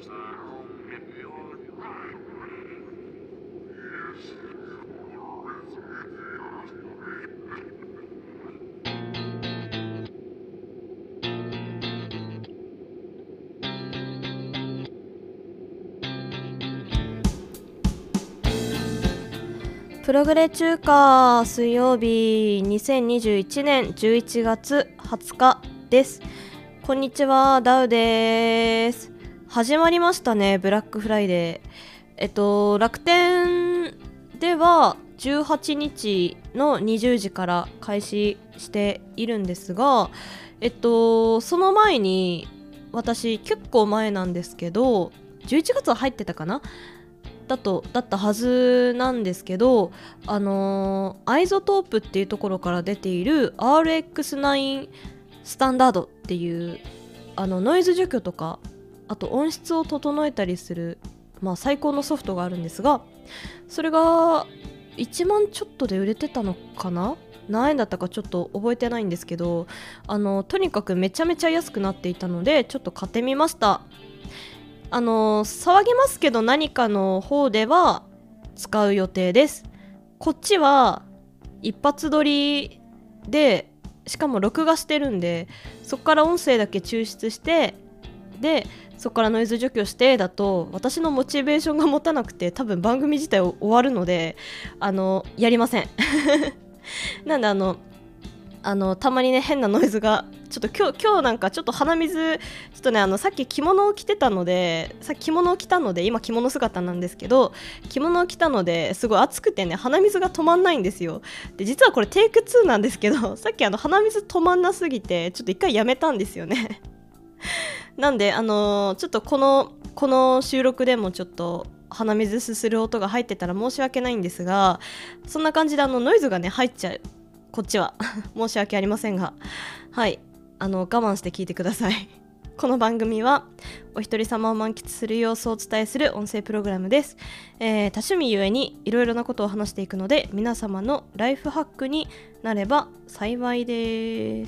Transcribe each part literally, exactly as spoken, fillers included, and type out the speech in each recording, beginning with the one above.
プログレ中華水曜日にせんにじゅういちねんじゅういちがつはつかです。こんにちは、ダウです。始まりましたね、ブラックフライデー。えっと楽天ではじゅうはちにちのにじゅうじから開始しているんですが、えっとその前に私結構前なんですけど、じゅういちがつは入ってたかなだとだったはずなんですけど、あのー、アイゾトープっていうところから出ている アールエックスナイン スタンダードっていうあのノイズ除去とか、あと音質を整えたりする、まあ、最高のソフトがあるんですが、それがいちまんちょっとで売れてたのかな、何円だったかちょっと覚えてないんですけど、あのとにかくめちゃめちゃ安くなっていたのでちょっと買ってみました。あの騒ぎますけど何かの方では使う予定です。こっちは一発撮りで、しかも録画してるんで、そこから音声だけ抽出して、でそこからノイズ除去してだと私のモチベーションが持たなくて、多分番組自体終わるので、あのやりませんなんであのあのたまにね変なノイズがちょっと今日今日なんかちょっと鼻水ちょっとね、あのさっき着物を着てたのでさっき着物を着たので今着物姿なんですけど、着物を着たのですごい暑くてね鼻水が止まんないんですよ。で実はこれテイクツーなんですけど、さっきあの鼻水止まんなすぎてちょっと一回やめたんですよねなんであのー、ちょっとこのこの収録でもちょっと鼻水すする音が入ってたら申し訳ないんですが、そんな感じであのノイズがね入っちゃう、こっちは申し訳ありませんが、はい、あの我慢して聞いてくださいこの番組はお一人様を満喫する様子をお伝えする音声プログラムです。えー、多趣味ゆえにいろいろなことを話していくので、皆様のライフハックになれば幸いです。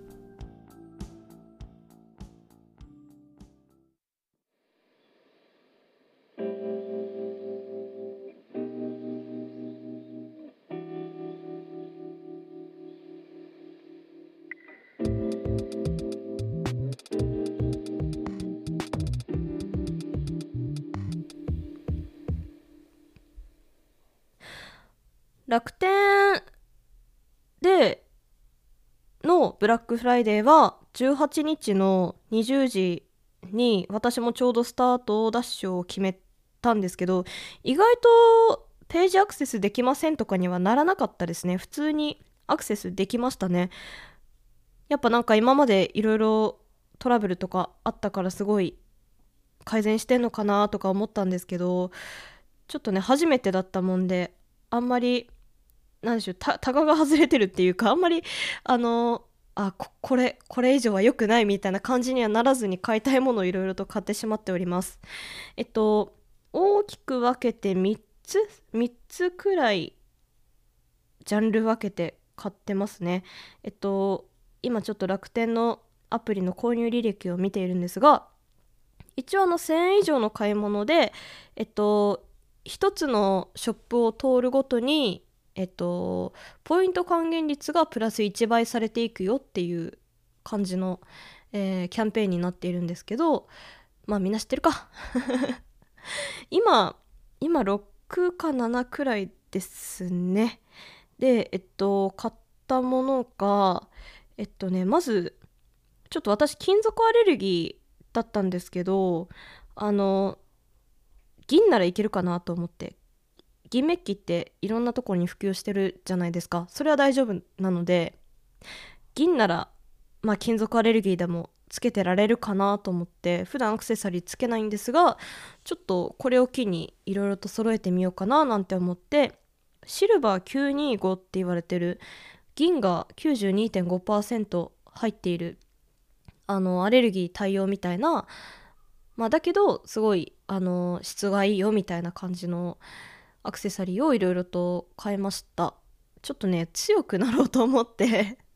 楽天でのブラックフライデーはじゅうはちにちのにじゅうじに私もちょうどスタートダッシュを決めたんですけど、意外とページアクセスできませんとかにはならなかったですね。普通にアクセスできましたね。やっぱなんか今までいろいろトラブルとかあったからすごい改善してんのかなとか思ったんですけど、ちょっとね初めてだったもんで、あんまりなんでしょう、たタガが外れてるっていうか、あんまりあのあ こ, これこれ以上は良くないみたいな感じにはならずに、買いたいものをいろいろと買ってしまっております。えっと大きく分けてみっつみっつくらいジャンル分けて買ってますね。えっと今ちょっと楽天のアプリの購入履歴を見ているんですが、一応あのせんえん以上の買い物で、えっとひとつのショップを通るごとにえっと、ポイント還元率がプラスいちばいされていくよっていう感じの、えーキャンペーンになっているんですけど、まあみんな知ってるか今今ろくかななくらいですね。でえっと買ったものがえっとねまずちょっと私金属アレルギーだったんですけど、あの銀ならいけるかなと思って、銀メッキっていろんなところに普及してるじゃないですか。それは大丈夫なので、銀ならまあ金属アレルギーでもつけてられるかなと思って、普段アクセサリーつけないんですが、ちょっとこれを機にいろいろと揃えてみようかななんて思って、シルバーきゅうひゃくにじゅうごって言われてる銀が きゅうじゅうにてんごパーセント 入っているあのアレルギー対応みたいな、まあだけどすごいあの質がいいよみたいな感じのアクセサリーをいろいろと買いました。ちょっとね強くなろうと思って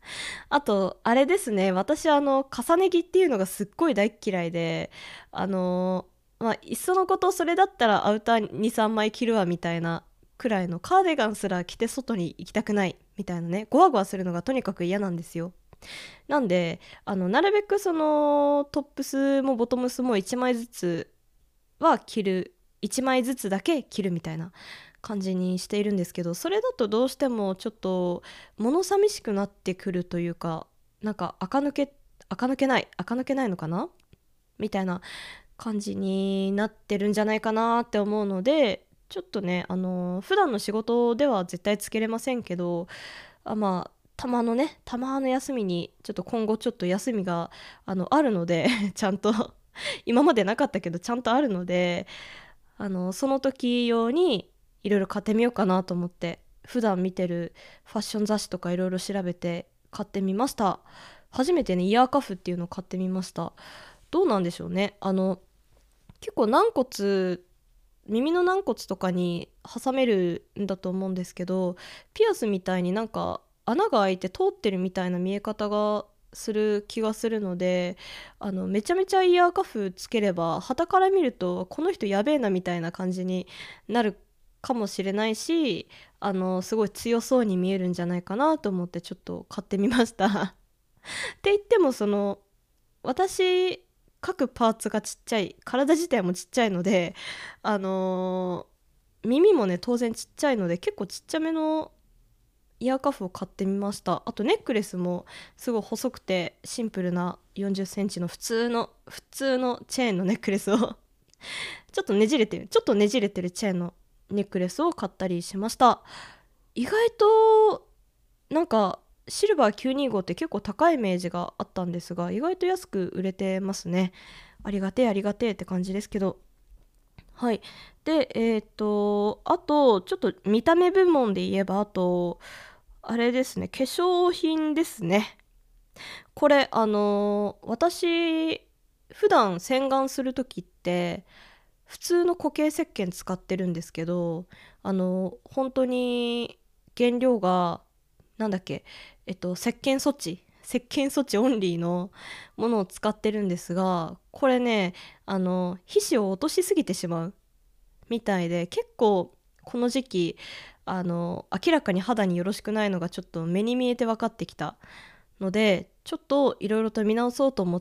あとあれですね、私あの重ね着っていうのがすっごい大っ嫌いで、あのまあいっそのことそれだったらアウターにさんまい着るわみたいなくらいの、カーディガンすら着て外に行きたくないみたいなね、ゴワゴワするのがとにかく嫌なんですよ。なんであのなるべくそのトップスもボトムスもいちまいずつは着る、いちまいずつだけ着るみたいな感じにしているんですけど、それだとどうしてもちょっと物寂しくなってくるというか、なんか垢抜け垢抜けない垢抜けないのかなみたいな感じになってるんじゃないかなって思うので、ちょっとね、あの普段の仕事では絶対つけれませんけど、あまあたまのねたまの休みにちょっと今後ちょっと休みがあのあるのでちゃんと今までなかったけどちゃんとあるので、あのその時用にいろいろ買ってみようかなと思って、普段見てるファッション雑誌とかいろいろ調べて買ってみました。初めてねイヤーカフっていうのを買ってみました。どうなんでしょうね、あの結構軟骨、耳の軟骨とかに挟めるんだと思うんですけど、ピアスみたいになんか穴が開いて通ってるみたいな見え方がする気がするので、あのめちゃめちゃイヤーカフつければ傍から見るとこの人やべえなみたいな感じになるかもしれないし、あのすごい強そうに見えるんじゃないかなと思ってちょっと買ってみましたって言ってもその私各パーツがちっちゃい、体自体もちっちゃいので、あのー耳もね当然ちっちゃいので結構ちっちゃめのイヤーカフを買ってみました。あとネックレスもすごい細くてシンプルなよんじゅっセンチの普通の普通のチェーンのネックレスをちょっとねじれてるちょっとねじれてるチェーンのネックレスを買ったりしました。意外となんかシルバーきゅうにごって結構高いイメージがあったんですが、意外と安く売れてますね。ありがてえありがてえって感じですけど。はい。でえっ、とあとちょっと見た目部門で言えば、あとあれですね、化粧品ですね。これあのー私普段洗顔する時って普通の固形石鹸使ってるんですけど、あの本当に原料がなんだっけ、えっと石鹸措置石鹸措置オンリーのものを使ってるんですが、これね、あの皮脂を落としすぎてしまうみたいで、結構この時期あの明らかに肌によろしくないのがちょっと目に見えて分かってきたので、ちょっといろいろと見直そうと思って、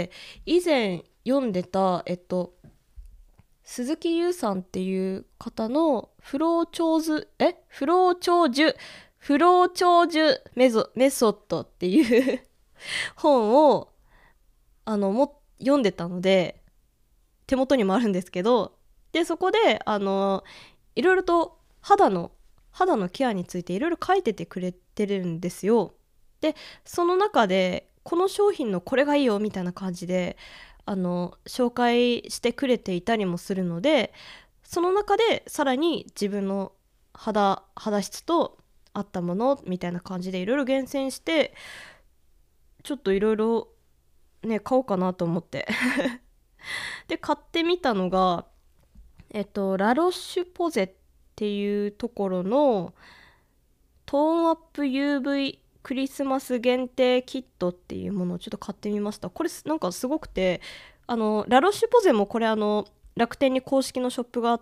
以前読んでたえっと鈴木優さんっていう方の不老長寿え不老長寿不老長寿メゾメソッドっていう本をあのも読んでたので、手元にもあるんですけど、でそこであのいろいろと肌の肌のケアについていろいろ書いててくれてるんですよ。でその中でこの商品のこれがいいよみたいな感じであの紹介してくれていたりもするので、その中でさらに自分の肌肌質と合ったものみたいな感じでいろいろ厳選して、ちょっといろいろね買おうかなと思ってで買ってみたのが、えっとラロッシュポゼっていうところのトーンアップ ユーブイ クリスマス限定キットっていうものをちょっと買ってみました。これなんかすごくて、あのラロッシュポゼもこれあの楽天に公式のショップがあって、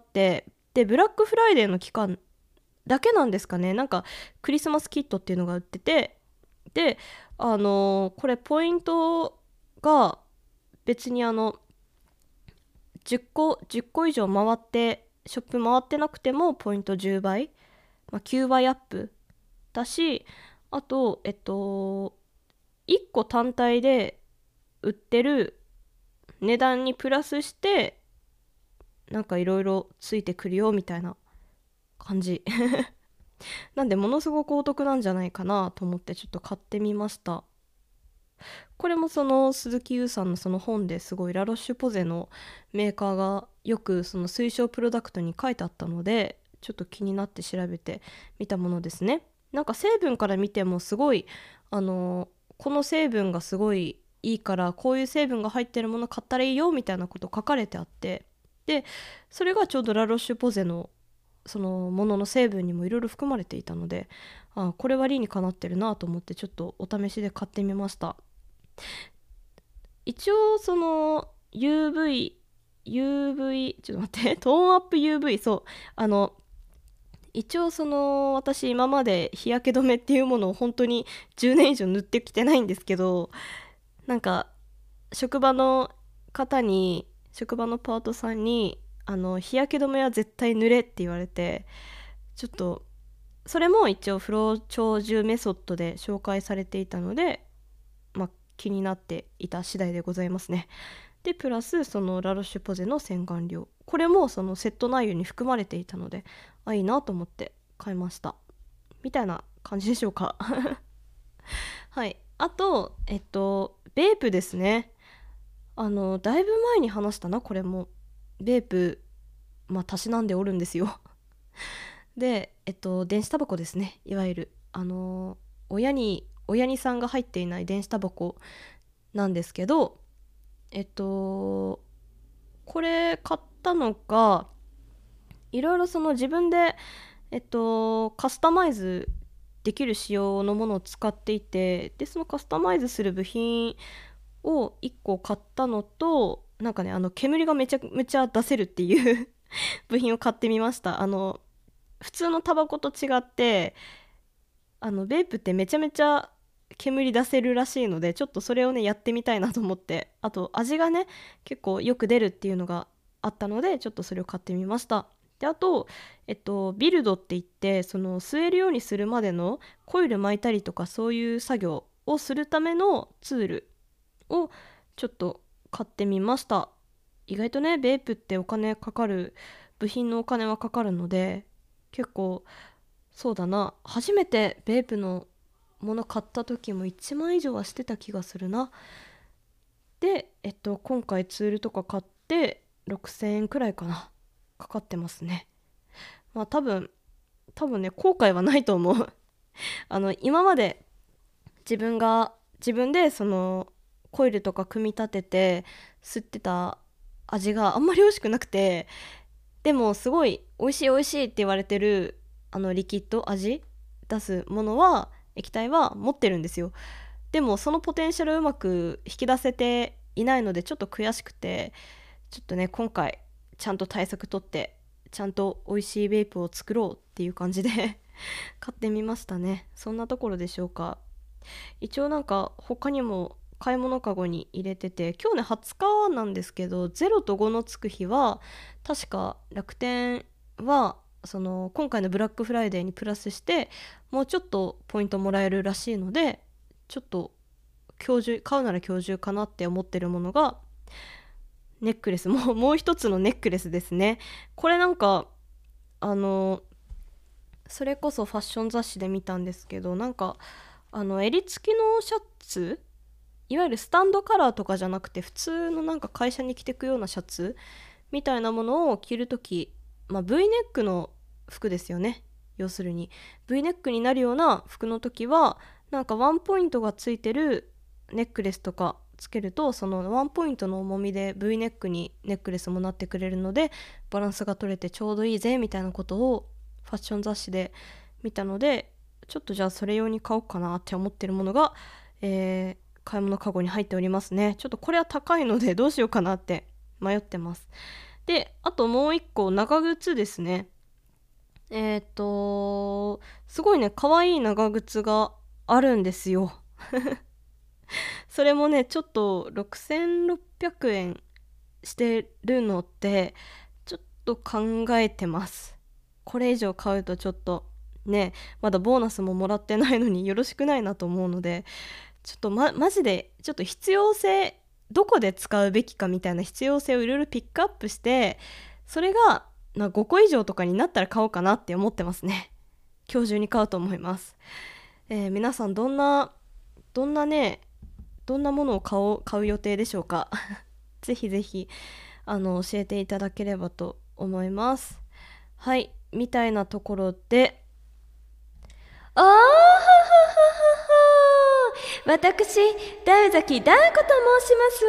でブラックフライデーの期間だけなんですかね、なんかクリスマスキットっていうのが売ってて、であのこれポイントが別にあのじゅっこじゅっこ以上回ってショップ回ってなくてもポイントじゅうばい、まあ、きゅうばいアップだし、あとえっといっこ単体で売ってる値段にプラスしてなんかいろいろついてくるよみたいな感じなんでものすごくお得なんじゃないかなと思ってちょっと買ってみました。これもその鈴木優さんのその本ですごいラロッシュポゼのメーカーがよくその推奨プロダクトに書いてあったので、ちょっと気になって調べてみたものですね。なんか成分から見てもすごいあのこの成分がすごいいいからこういう成分が入ってるもの買ったらいいよみたいなこと書かれてあって、でそれがちょうどラロッシュポゼのそのものの成分にもいろいろ含まれていたので、あこれは理にかなってるなと思ってちょっとお試しで買ってみました。一応その ユーブイ ユーブイ ちょっと待ってトーンアップ ユーブイ そうあの一応その私今まで日焼け止めっていうものを本当にじゅうねん以上塗ってきてないんですけど、なんか職場の方に職場のパートさんにあの日焼け止めは絶対塗れって言われて、ちょっとそれも一応不老長寿メソッドで紹介されていたので、まあ、気になっていた次第でございますね。でプラスそのラロッシュポゼの洗顔料、これもそのセット内容に含まれていたので、あいいなと思って買いましたみたいな感じでしょうかはい。あとえっとベープですね。あのだいぶ前に話したな、これもベープまあたしなんでおるんですよでえっと電子タバコですね。いわゆるあの親に親にさんが入っていない電子タバコなんですけど、えっとこれ買ったのがいろいろその自分でえっとカスタマイズできる仕様のものを使っていて、でそのカスタマイズする部品をいっこ買ったのと、なんかねあの煙がめちゃめちゃ出せるっていう部品を買ってみました。あの普通のタバコと違ってあのベープってめちゃめちゃ煙出せるらしいので、ちょっとそれをねやってみたいなと思って、あと味がね結構よく出るっていうのがあったのでちょっとそれを買ってみました。であと、えっと、ビルドって言ってその吸えるようにするまでのコイル巻いたりとかそういう作業をするためのツールをちょっと買ってみました。意外とねベープってお金かかる、部品のお金はかかるので、結構そうだな、初めてベープのもの買った時もいちまん以上はしてた気がするな。で、えっと、今回ツールとか買ってろくせんえんくらいかなかかってますね。まあ多分多分ね後悔はないと思うあの今まで自分が自分でそのコイルとか組み立てて吸ってた味があんまり美味しくなくて、でもすごい美味しい美味しいって言われてるあのリキッド味出すものは液体は持ってるんですよ。でもそのポテンシャルうまく引き出せていないのでちょっと悔しくて、ちょっとね今回ちゃんと対策取ってちゃんと美味しいベープを作ろうっていう感じで買ってみましたね。そんなところでしょうか。一応なんか他にも買い物かごに入れてて、今日ねはつかなんですけどゼロとごのつく日は確か楽天はその今回のブラックフライデーにプラスしてもうちょっとポイントもらえるらしいので、ちょっと今日中買うなら今日中かなって思ってるものがネックレス、もうもう一つのネックレスですね。これなんかあのそれこそファッション雑誌で見たんですけど、なんかあの襟付きのシャツ、いわゆるスタンドカラーとかじゃなくて普通のなんか会社に着てくようなシャツみたいなものを着るとき、まあ、V ネックの服ですよね。要するに V ネックになるような服の時はなんかワンポイントがついてるネックレスとかつけると、そのワンポイントの重みで V ネックにネックレスもなってくれるのでバランスが取れてちょうどいいぜみたいなことをファッション雑誌で見たので、ちょっとじゃあそれ用に買おうかなって思ってるものが、えー、買い物かごに入っておりますね。ちょっとこれは高いのでどうしようかなって迷ってます。であともう一個長靴ですね。えっとすごいね可愛い長靴があるんですよそれもねちょっとろくせんろっぴゃくえんしてるのってちょっと考えてます。これ以上買うとちょっとねまだボーナスももらってないのによろしくないなと思うので、ちょっとまマジでちょっと必要性、どこで使うべきかみたいな必要性をいろいろピックアップして、それがなごこ以上とかになったら買おうかなって思ってますね。今日中に買うと思います。えー、皆さんどんなどんなねどんなものを買おう買う予定でしょうかぜひぜひあの教えていただければと思います。はい、みたいなところで、あーははははは、私ダウザキダウコと申しますわ。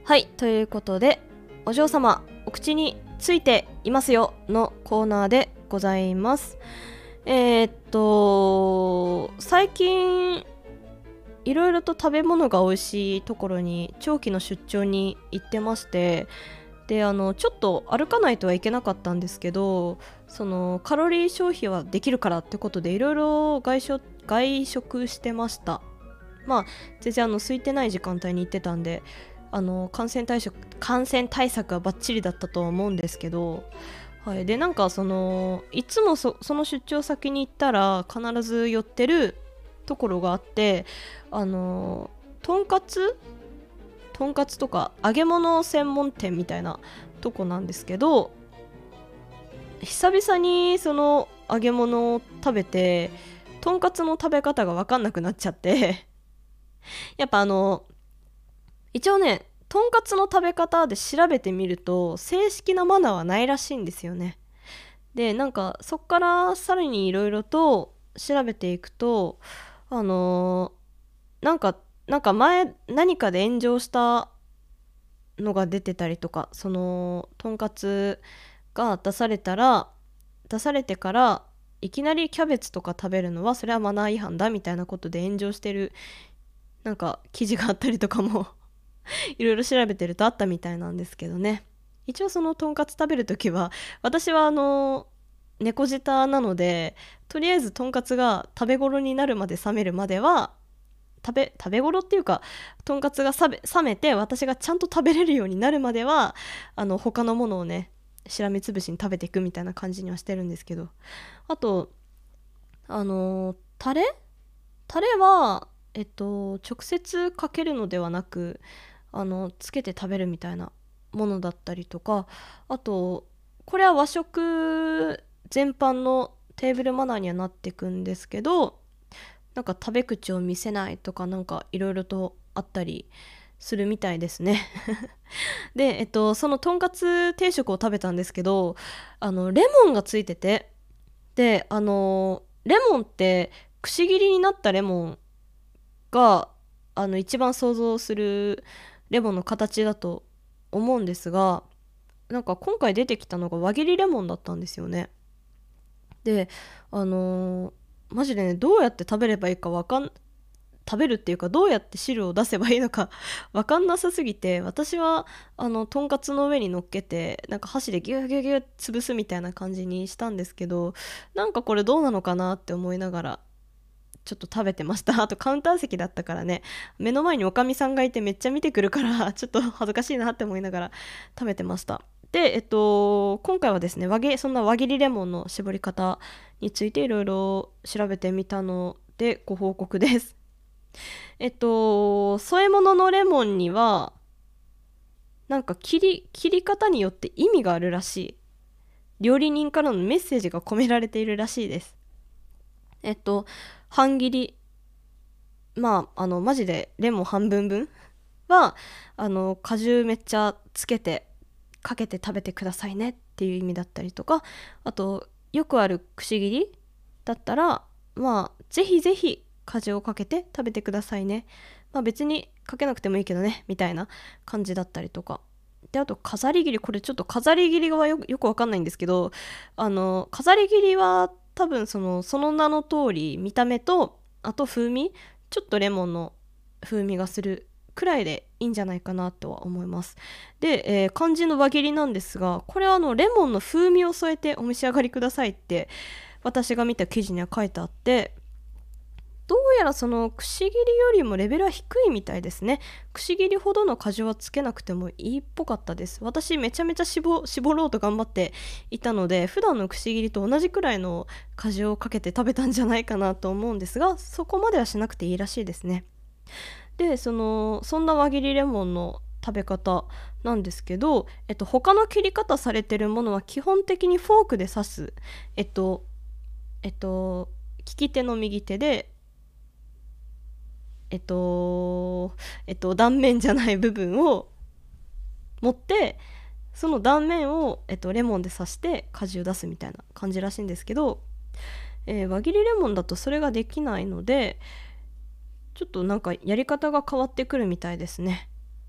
はい、ということで、お嬢様お口についていますよのコーナーでございます。えー、っと最近いろいろと食べ物が美味しいところに長期の出張に行ってまして、であのちょっと歩かないとはいけなかったんですけど、そのカロリー消費はできるからってことでいろいろ外食外食してました。まあ全然あの空いてない時間帯に行ってたんで、あの感染対策感染対策はバッチリだったとは思うんですけど、はい、でなんかそのいつも そ, その出張先に行ったら必ず寄ってるところがあって、あのとんかつとんかつとか揚げ物専門店みたいなとこなんですけど、久々にその揚げ物を食べてとんかつの食べ方が分かんなくなっちゃってやっぱあの一応ね、とんかつの食べ方で調べてみると正式なマナーはないらしいんですよね。でなんかそっからさらにいろいろと調べていくと、あのーなんかなんか前何かで炎上したのが出てたりとか、そのとんかつが出されたら出されてからいきなりキャベツとか食べるのはそれはマナー違反だみたいなことで炎上してるなんか記事があったりとかもいろいろ調べてるとあったみたいなんですけどね。一応そのとんかつ食べるときは私はあの猫舌なので、とりあえずとんかつが食べ頃になるまで冷めるまでは食べ食べ頃っていうか、とんかつが冷め、冷めて私がちゃんと食べれるようになるまではあの他のものをねしらみつぶしに食べていくみたいな感じにはしてるんですけど、あとあのタレタレはえっと直接かけるのではなく、あのつけて食べるみたいなものだったりとか、あとこれは和食全般のテーブルマナーにはなってくんですけど、なんか食べ口を見せないとかなんかいろいろとあったりするみたいですねで、えっと、そのとんかつ定食を食べたんですけど、あのレモンがついてて、であのレモンってくし切りになったレモンがあの一番想像するレモンの形だと思うんですが、なんか今回出てきたのが輪切りレモンだったんですよね。であのーマジでね、どうやって食べればいいかわかん食べるっていうかどうやって汁を出せばいいのかわかんなさすぎて、私はあのとんかつの上に乗っけてなんか箸でギューギューギュー潰すみたいな感じにしたんですけど、なんかこれどうなのかなって思いながらちょっと食べてました。あとカウンター席だったからね、目の前におかみさんがいてめっちゃ見てくるからちょっと恥ずかしいなって思いながら食べてました。で、えっと、今回はですね、輪切そんな輪切りレモンの絞り方についていろいろ調べてみたのでご報告です。えっと、添え物のレモンにはなんか切り、切り方によって意味があるらしい。料理人からのメッセージが込められているらしいです。えっと、半切り、まあ、あの、マジでレモン半分分は、あの、果汁めっちゃつけて、かけて食べてくださいねっていう意味だったりとか、あと、よくあるくし切りだったら、まあ、ぜひぜひ果汁をかけて食べてくださいね。まあ別にかけなくてもいいけどね、みたいな感じだったりとか。で、あと飾り切り、これちょっと飾り切りはよ、よくわかんないんですけど、あの、飾り切りは多分その、その名の通り見た目と、あと風味、ちょっとレモンの風味がするくらいでいいんじゃないかなとは思います。で、えー漢字の輪切りなんですが、これはあのレモンの風味を添えてお召し上がりくださいって私が見た記事には書いてあって、どうやらそのくし切りよりもレベルは低いみたいですね。くし切りほどの果汁はつけなくてもいいっぽかったです。私めちゃめちゃ絞絞ろうと頑張っていたので、普段のくし切りと同じくらいの果汁をかけて食べたんじゃないかなと思うんですが、そこまではしなくていいらしいですね。で、そのそんな輪切りレモンの食べ方なんですけど、えっと、他の切り方されてるものは基本的にフォークで刺す。えっとえっと利き手の右手でえっとえっと断面じゃない部分を持って、その断面を、えっと、レモンで刺して果汁出すみたいな感じらしいんですけど、えー輪切りレモンだとそれができないので、ちょっとなんかやり方が変わってくるみたいですね。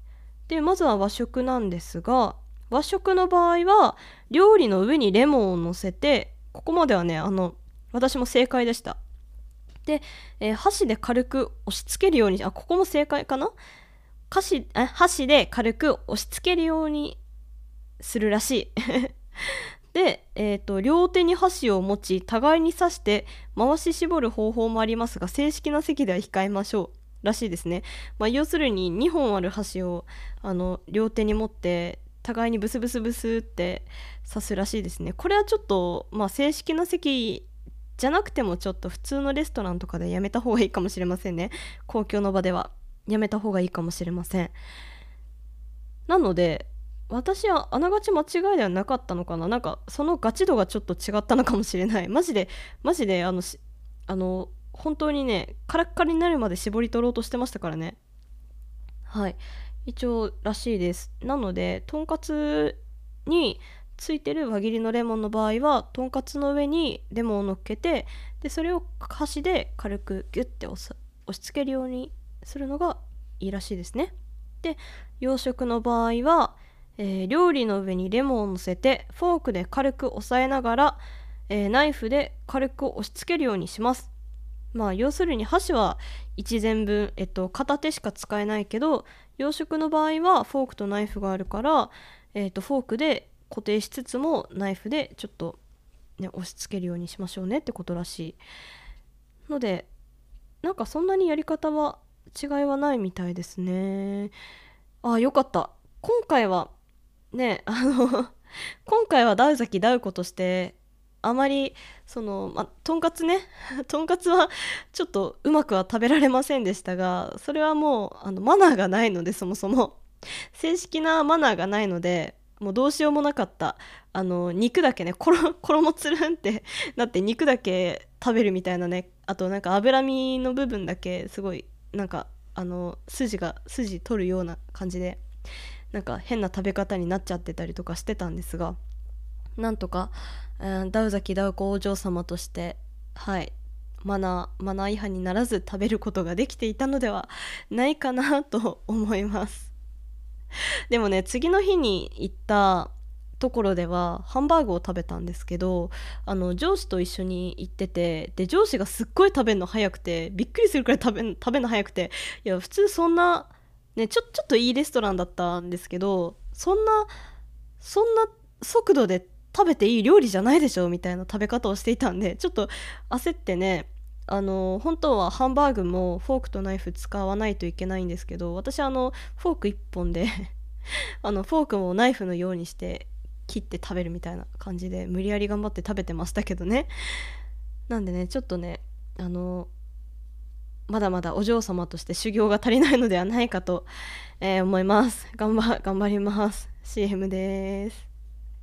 でまずは和食なんですが、和食の場合は料理の上にレモンを乗せて、ここまではねあの私も正解でした。で、えー箸で軽く押し付けるように、あここも正解かな。箸あ箸で軽く押し付けるようにするらしいで、えーと、両手に箸を持ち互いに刺して回し絞る方法もありますが、正式な席では控えましょうらしいですね。まあ、要するににほんある箸をあの両手に持って互いにブスブスブスって刺すらしいですね。これはちょっと、まあ、正式な席じゃなくてもちょっと普通のレストランとかでやめた方がいいかもしれませんね。公共の場ではやめた方がいいかもしれません。なので私はあながち間違いではなかったのかな。なんかそのガチ度がちょっと違ったのかもしれない。マジでマジであのしあの本当にねカラッカラになるまで絞り取ろうとしてましたからね。はい、一応らしいです。なのでとんかつについてる輪切りのレモンの場合はとんかつの上にレモンを乗っけて、でそれを箸で軽くギュッて押す押し付けるようにするのがいいらしいですね。で洋食の場合は、えー料理の上にレモンを乗せてフォークで軽く押さえながら、えーナイフで軽く押し付けるようにします。まあ要するに箸はいちぜんぶん、えっと、片手しか使えないけど、洋食の場合はフォークとナイフがあるから、えっと、フォークで固定しつつもナイフでちょっと、ね、押し付けるようにしましょうねってことらしいので、なんかそんなにやり方は違いはないみたいですね。ああよかった。今回はねあの今回はダウザキダウコとしてあまりその、ま、とんかつねとんかつはちょっとうまくは食べられませんでしたが、それはもうあのマナーがないので、そもそも正式なマナーがないので、もうどうしようもなかった。あの肉だけねころ衣つるんってなって肉だけ食べるみたいなね。あとなんか脂身の部分だけすごいなんかあの筋が筋取るような感じで、なんか変な食べ方になっちゃってたりとかしてたんですが、なんとか、えーダウザキダウコお嬢様として、はいマナーマナー違反にならず食べることができていたのではないかなと思います。でもね次の日に行ったところではハンバーグを食べたんですけど、あの上司と一緒に行ってて、で上司がすっごい食べるの早くてびっくりするくらい食べ食べるの早くて、いや普通そんなねちょちょっといいレストランだったんですけど、そんなそんな速度で食べていい料理じゃないでしょみたいな食べ方をしていたんで、ちょっと焦ってね、あの本当はハンバーグもフォークとナイフ使わないといけないんですけど、私あのフォークいっぽんであのフォークもナイフのようにして切って食べるみたいな感じで無理やり頑張って食べてましたけどね。なんでねちょっとねあのまだまだお嬢様として修行が足りないのではないかと、えー思います。頑張頑張ります。 シーエム です。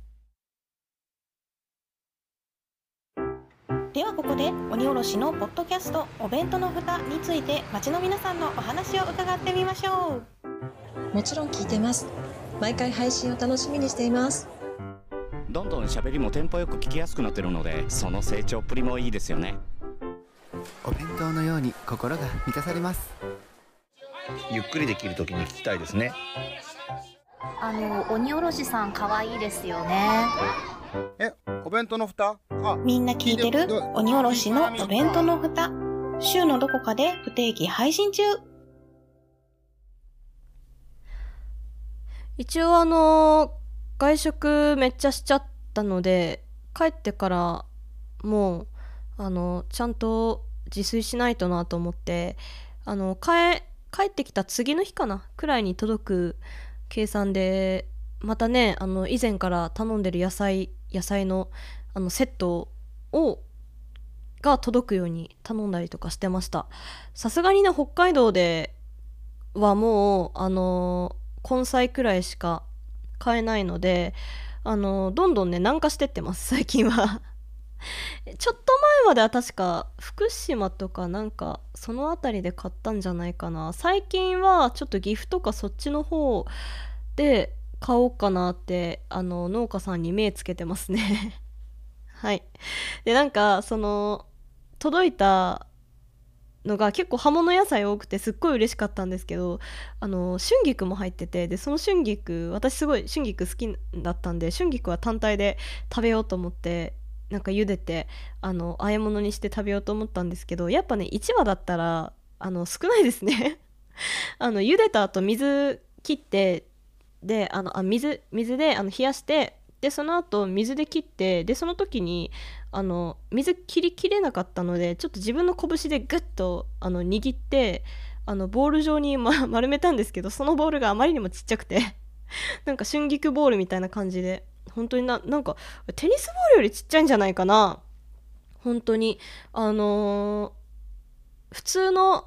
ではここで鬼おろしのポッドキャストお弁当の蓋について街の皆さんのお話を伺ってみましょう。 もちろん聞いてます。毎回配信を楽しみにしています。 どんどん喋りもテンポよく聞きやすくなってるので、その成長っぷりもいいですよね。 お弁当のように心が満たされます。 ゆっくりできるときに聞きたいですね。 あの鬼おろしさん可愛いですよね。 え、お弁当の蓋？あ、 みんな聞いてる鬼おろしのお弁当の蓋、週のどこかで不定期配信中。 一応あの外食めっちゃしちゃったので、帰ってからもうあのちゃんと自炊しないとなと思って、あの帰帰ってきた次の日かなくらいに届く計算で、またねあの以前から頼んでる野菜野菜のあのセットをが届くように頼んだりとかしてました。さすがにね北海道ではもうあの根菜くらいしか買えないので、あのどんどんね軟化してってます最近はちょっと前までは確か福島とかなんかその辺りで買ったんじゃないかな。最近はちょっと岐阜とかそっちの方で買おうかなってあの農家さんに目つけてますねはい。でなんかその届いたのが結構葉物野菜多くてすっごい嬉しかったんですけど、あの春菊も入ってて、でその春菊、私すごい春菊好きだったんで、春菊は単体で食べようと思ってなんか茹でてあの和え物にして食べようと思ったんですけど、やっぱねいちわだったらあの少ないですねあの茹でた後水切って、であのあ水水であの冷やして、でその後水で切って、でその時にあの水切りきれなかったので、ちょっと自分の拳でグッとあの握ってあのボール状に、ま、丸めたんですけど、そのボールがあまりにもちっちゃくてなんか春菊ボールみたいな感じで、本当にななんかテニスボールよりちっちゃいんじゃないかな。本当にあのー普通の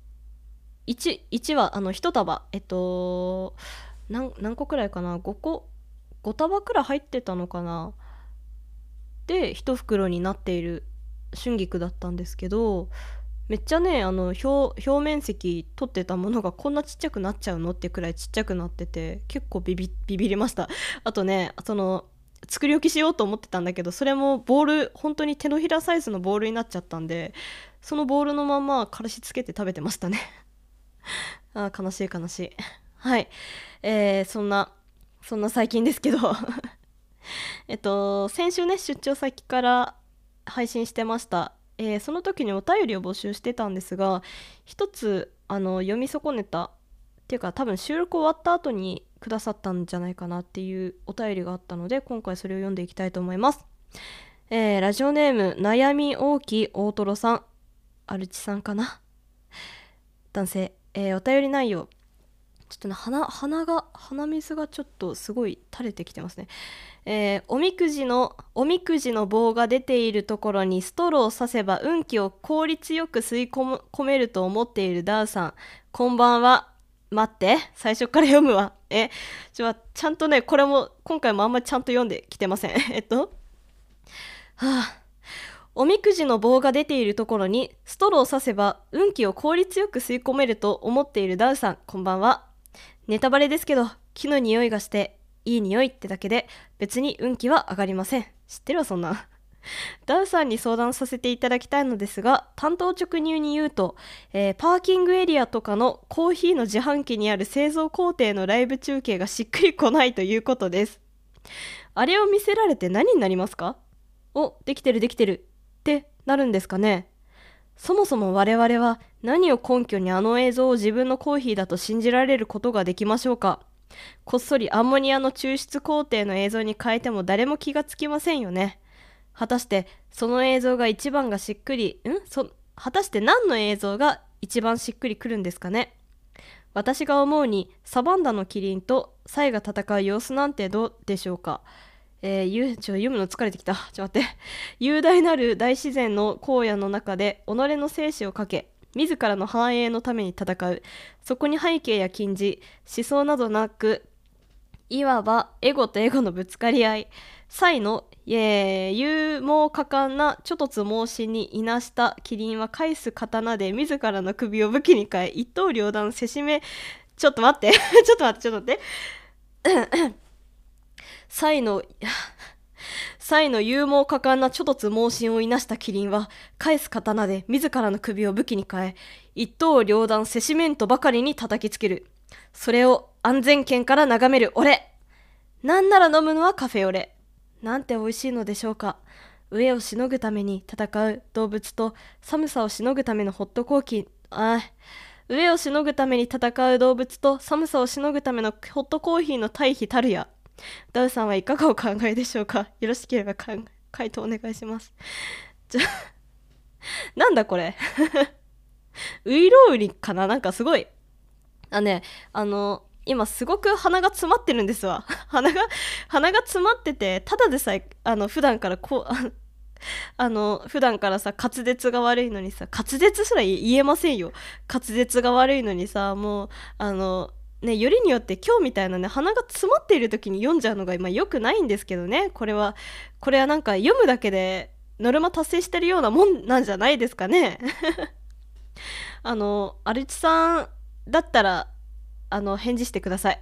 1, 1はあのいち束えっと何, 何個くらいかな、ごこご束くらい入ってたのかな、でいち袋になっている春菊だったんですけど、めっちゃねあの 表, 表面積取ってたものがこんなちっちゃくなっちゃうのってくらいちっちゃくなってて、結構ビビビビりました。あとね、その作り置きしようと思ってたんだけど、それもボール本当に手のひらサイズのボールになっちゃったんで、そのボールのままからしつけて食べてましたねあー悲しい悲しいはい、えー、そんなそんな最近ですけどえっと先週ね出張先から配信してました。えーその時にお便りを募集してたんですが、一つあの読み損ねたっていうか、多分収録終わった後にくださったんじゃないかなっていうお便りがあったので、今回それを読んでいきたいと思います。えーラジオネーム悩み大きい大トロさん、アルチさんかな、男性。えーお便り内容、ちょっとね鼻鼻が鼻水がちょっとすごい垂れてきてますね。えーおみくじのおみくじの棒が出ているところにストローを刺せば運気を効率よく吸い込む込めると思っているダーさん、こんばんは。待って、最初から読むわ。えちょちゃんとね、これも今回もあんまりちゃんと読んできてませんえっとはあおみくじの棒が出ているところにストローを刺せば運気を効率よく吸い込めると思っているダウさん、こんばんは。ネタバレですけど、木の匂いがしていい匂いってだけで別に運気は上がりません。知ってるわそんなダウさんに相談させていただきたいのですが、単刀直入に言うと、えーパーキングエリアとかのコーヒーの自販機にある製造工程のライブ中継がしっくりこないということです。あれを見せられて何になりますか？お、できてるできてるってなるんですかね。そもそも我々は何を根拠にあの映像を自分のコーヒーだと信じられることができましょうか。こっそりアンモニアの抽出工程の映像に変えても誰も気がつきませんよね。果たしてその映像が一番がしっくりんそ果たして何の映像が一番しっくりくるんですかね。私が思うにサバンナのキリンとサイが戦う様子なんてどうでしょうか。えー、ゆちょ読むの疲れてきた。ちょ待って。雄大なる大自然の荒野の中で己の生死をかけ、自らの繁栄のために戦う。そこに背景や禁じ、思想などなく、いわばエゴとエゴのぶつかり合い。サイの、えー、勇猛果敢な諸突猛進にいなしたキリンは返す刀で自らの首を武器に変え、一刀両断せしめ、ちょっと待って、ちょっと待って、ちょっと待って。サイのサイの勇猛果敢な諸突猛進をいなしたキリンは返す刀で自らの首を武器に変え、一刀両断せしめんとばかりに叩きつける。それを安全圏から眺める俺。なんなら飲むのはカフェオレ。なんて美味しいのでしょうか。飢えをしのぐために戦う動物と寒さをしのぐためのホットコーヒーあ飢えをしのぐために戦う動物と寒さをしのぐためのホットコーヒーの対比たるや。ダウさんはいかがお考えでしょうか。よろしければ回答お願いします。じゃなんだこれウイロウリかな。なんかすごいあねあの今すごく鼻が詰まってるんですわ鼻が鼻が詰まってて、ただでさえあの普段からこうああの普段からさ滑舌が悪いのにさ、滑舌すら言えませんよ。滑舌が悪いのにさ、もうあのね、よりによって今日みたいなね鼻が詰まっている時に読んじゃうのが今良くないんですけどね。これはこれはなんか読むだけでノルマ達成してるようなもんなんじゃないですかねあのアルチさんだったらあの返事してください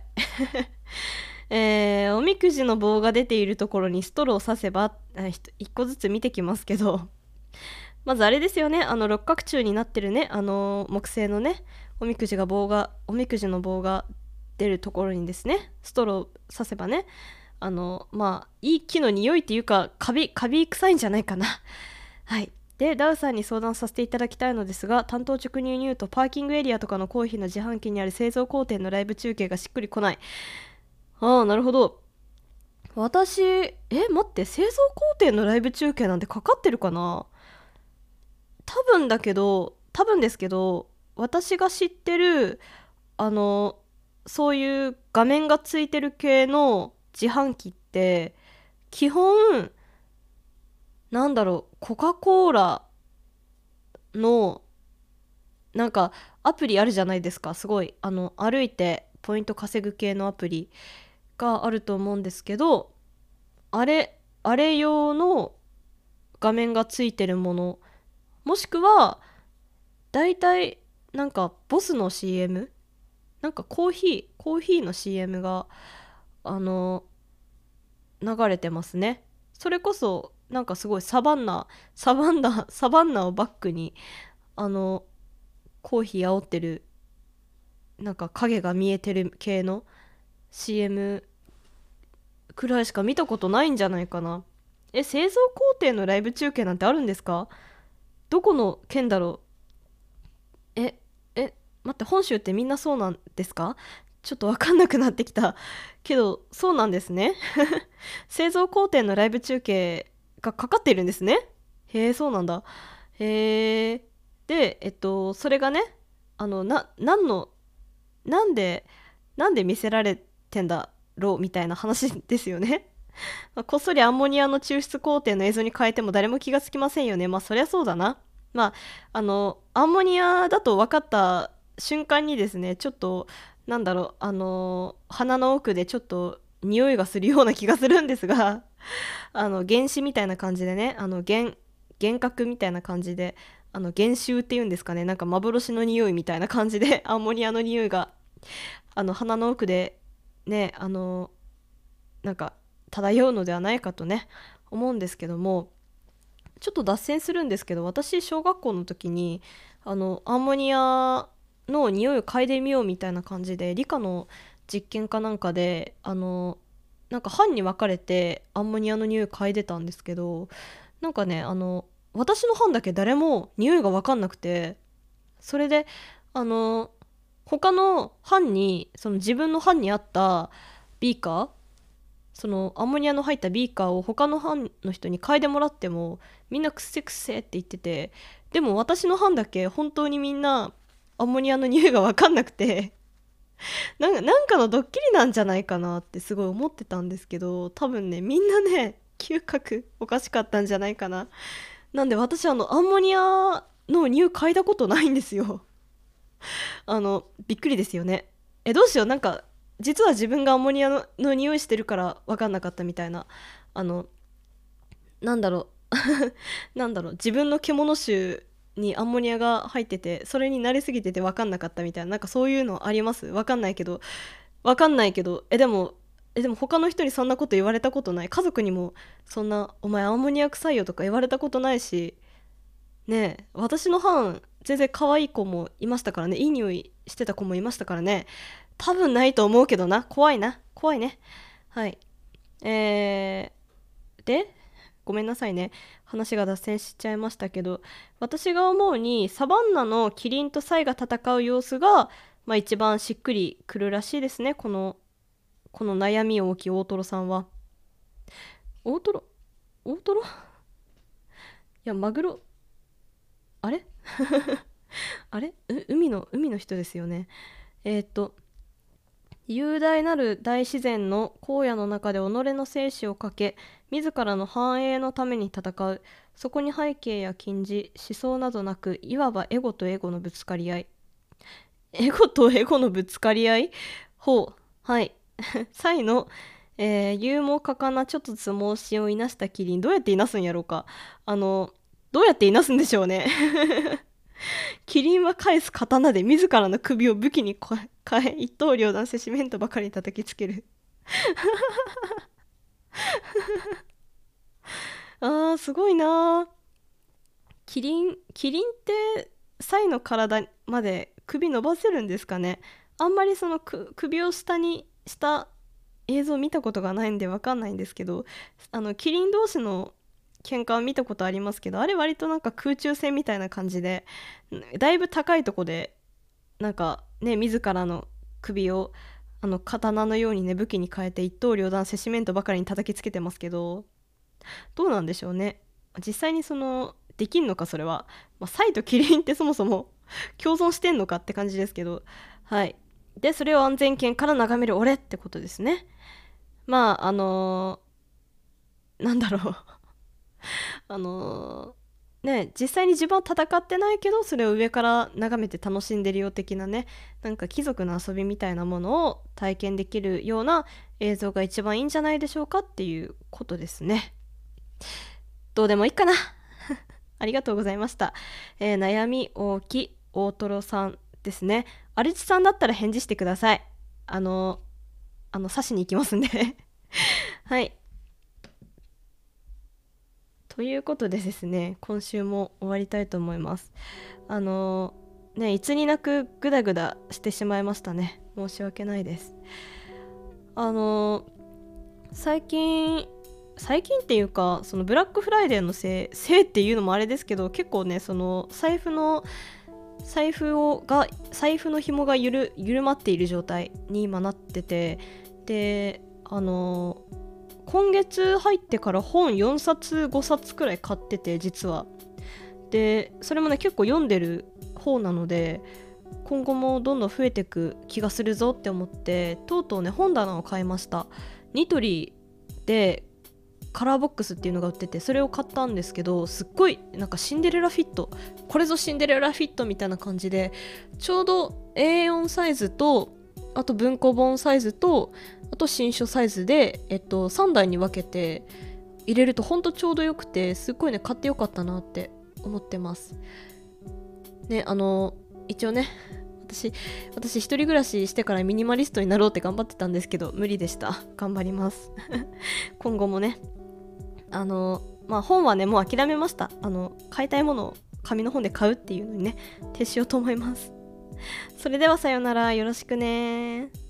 えー、おみくじの棒が出ているところにストローを刺せば一個ずつ見てきますけど、 まずあれですよね、あの六角柱になってるね、あの木製のね、おみくじが棒がおみくじの棒が出るところにですね、ストロー刺せばね、あのまあいい木の匂いっていうか、カビカビ臭いんじゃないかな。はい。でダウさんに相談させていただきたいのですが、担当直入に言うとパーキングエリアとかのコーヒーの自販機にある製造工程のライブ中継がしっくりこない。ああ、なるほど。私え待って、製造工程のライブ中継なんてかかってるかな。多分だけど多分ですけど、私が知ってるあのそういう画面がついてる系の自販機って基本なんだろう、コカ・コーラのなんかアプリあるじゃないですか。すごいあの歩いてポイント稼ぐ系のアプリがあると思うんですけど、あれあれ用の画面がついてるもの、もしくはだいたいなんかボスの シーエム、 なんかコーヒーコーヒーの シーエム があの流れてますね。それこそなんかすごいサバンナサバンナサバンナをバックにあのコーヒー煽ってるなんか影が見えてる系の シーエム くらいしか見たことないんじゃないかな。え、製造工程のライブ中継なんてあるんですか？どこの県だろう。ええ待って、本州ってみんなそうなんですか？ちょっと分かんなくなってきたけど、そうなんですね。製造工程のライブ中継がかかっているんですね。へえ、そうなんだ。へえ。でえっとそれがね、あのな何のなんでなんで見せられてんだろうみたいな話ですよね。まあこっそりアンモニアの抽出工程の映像に変えても誰も気がつきませんよね。まあそりゃそうだな。まああのアンモニアだと分かった瞬間にですね、ちょっとなんだろう、あの鼻の奥でちょっと匂いがするような気がするんですが、あの原子みたいな感じでね、あの原幻覚みたいな感じで、あの原臭っていうんですかね、なんか幻の匂いみたいな感じでアンモニアの匂いがあの鼻の奥でね、あのなんか漂うのではないかとね思うんですけども、ちょっと脱線するんですけど、私小学校の時にあのアンモニアの匂いを嗅いでみようみたいな感じで理科の実験かなんかであのなんか班に分かれてアンモニアの匂い嗅いでたんですけど、なんかね、あの私の班だけ誰も匂いが分かんなくて、それであの他の班にその自分の班にあったビーカー、そのアンモニアの入ったビーカーを他の班の人に嗅いでもらってもみんなくせくせって言ってて、でも私の班だけ本当にみんなアンモニアの匂いが分かんなくてなんか、なんかのドッキリなんじゃないかなってすごい思ってたんですけど、多分ねみんなね嗅覚おかしかったんじゃないかな。なんで私あのアンモニアの匂い嗅いだことないんですよ。あのびっくりですよね。えどうしよう、なんか実は自分がアンモニアの、の匂いしてるから分かんなかったみたいな、あのなんだろうなんだろう自分の獣臭にアンモニアが入っててそれに慣れすぎてて分かんなかったみたいな、なんかそういうのあります？分かんないけど分かんないけどえでもえでも他の人にそんなこと言われたことない。家族にもそんなお前アンモニア臭いよとか言われたことないしね。え私の班全然可愛い子もいましたからね、いい匂いしてた子もいましたからね。多分ないと思うけどな。怖いな、怖いね。はい。えー、でごめんなさいね、話が脱線しちゃいましたけど、私が思うにサバンナのキリンとサイが戦う様子が、まあ、一番しっくりくるらしいですね。このこの悩み大きい大トロさんは。大トロ大トロいやマグロあれあれう海の海の人ですよね。えー、っと雄大なる大自然の荒野の中で己の生死をかけ自らの繁栄のために戦う。そこに背景や禁じ思想などなく、いわばエゴとエゴのぶつかり合い。エゴとエゴのぶつかり合いほう、はいサイの、えー、勇猛果敢なちょっとつ猛進をいなしたキリン、どうやっていなすんやろうか。あのどうやっていなすんでしょうねキリンは返す刀で自らの首を武器に変え一刀両断して四面とばかりに叩きつけるあーすごいな。 キリンキリンってサイの体まで首伸ばせるんですかね。あんまりそのく首を下にした映像見たことがないんで分かんないんですけど、あのキリン同士の喧嘩は見たことありますけど、あれ割となんか空中戦みたいな感じで、だいぶ高いとこでなんかね、自らの首をあの刀のようにね武器に変えて一刀両断、セシメントばかりに叩きつけてますけど、どうなんでしょうね。実際にそのできんのか、それは、まあ、サイとキリンってそもそも共存してんのかって感じですけど、はい。でそれを安全圏から眺める俺ってことですね。まああのー、なんだろうあのー、ね、実際に自分は戦ってないけどそれを上から眺めて楽しんでるよ的なね、なんか貴族の遊びみたいなものを体験できるような映像が一番いいんじゃないでしょうかっていうことですね。どうでもいいかなありがとうございました。えー、悩み大き大トロさんですね。アルチさんだったら返事してください。あのあの刺しに行きますんではい、ということでですね、今週も終わりたいと思います。あのね、いつになくグダグダしてしまいましたね。申し訳ないです。あの最近最近っていうか、そのブラックフライデーのせいせいっていうのもあれですけど、結構ね、その財布の財布をが財布の紐がゆる緩まっている状態に今なってて、であの今月入ってから本よんさつごさつくらい買ってて、実はでそれもね結構読んでる方なので、今後もどんどん増えていく気がするぞって思って、とうとうね本棚を買いました。ニトリでカラーボックスっていうのが売ってて、それを買ったんですけど、すっごいなんかシンデレラフィット、これぞシンデレラフィットみたいな感じで、ちょうど エーよん サイズと、あと文庫本サイズと、あと新書サイズで、えっと、さんだいに分けて入れるとほんとちょうどよくて、すっごいね買ってよかったなって思ってますね。あの一応ね、私私一人暮らししてからミニマリストになろうって頑張ってたんですけど、無理でした。頑張ります今後もね、あのまあ本はねもう諦めました。あの買いたいものを紙の本で買うっていうのにね徹しようと思います。それではさようなら、よろしくね。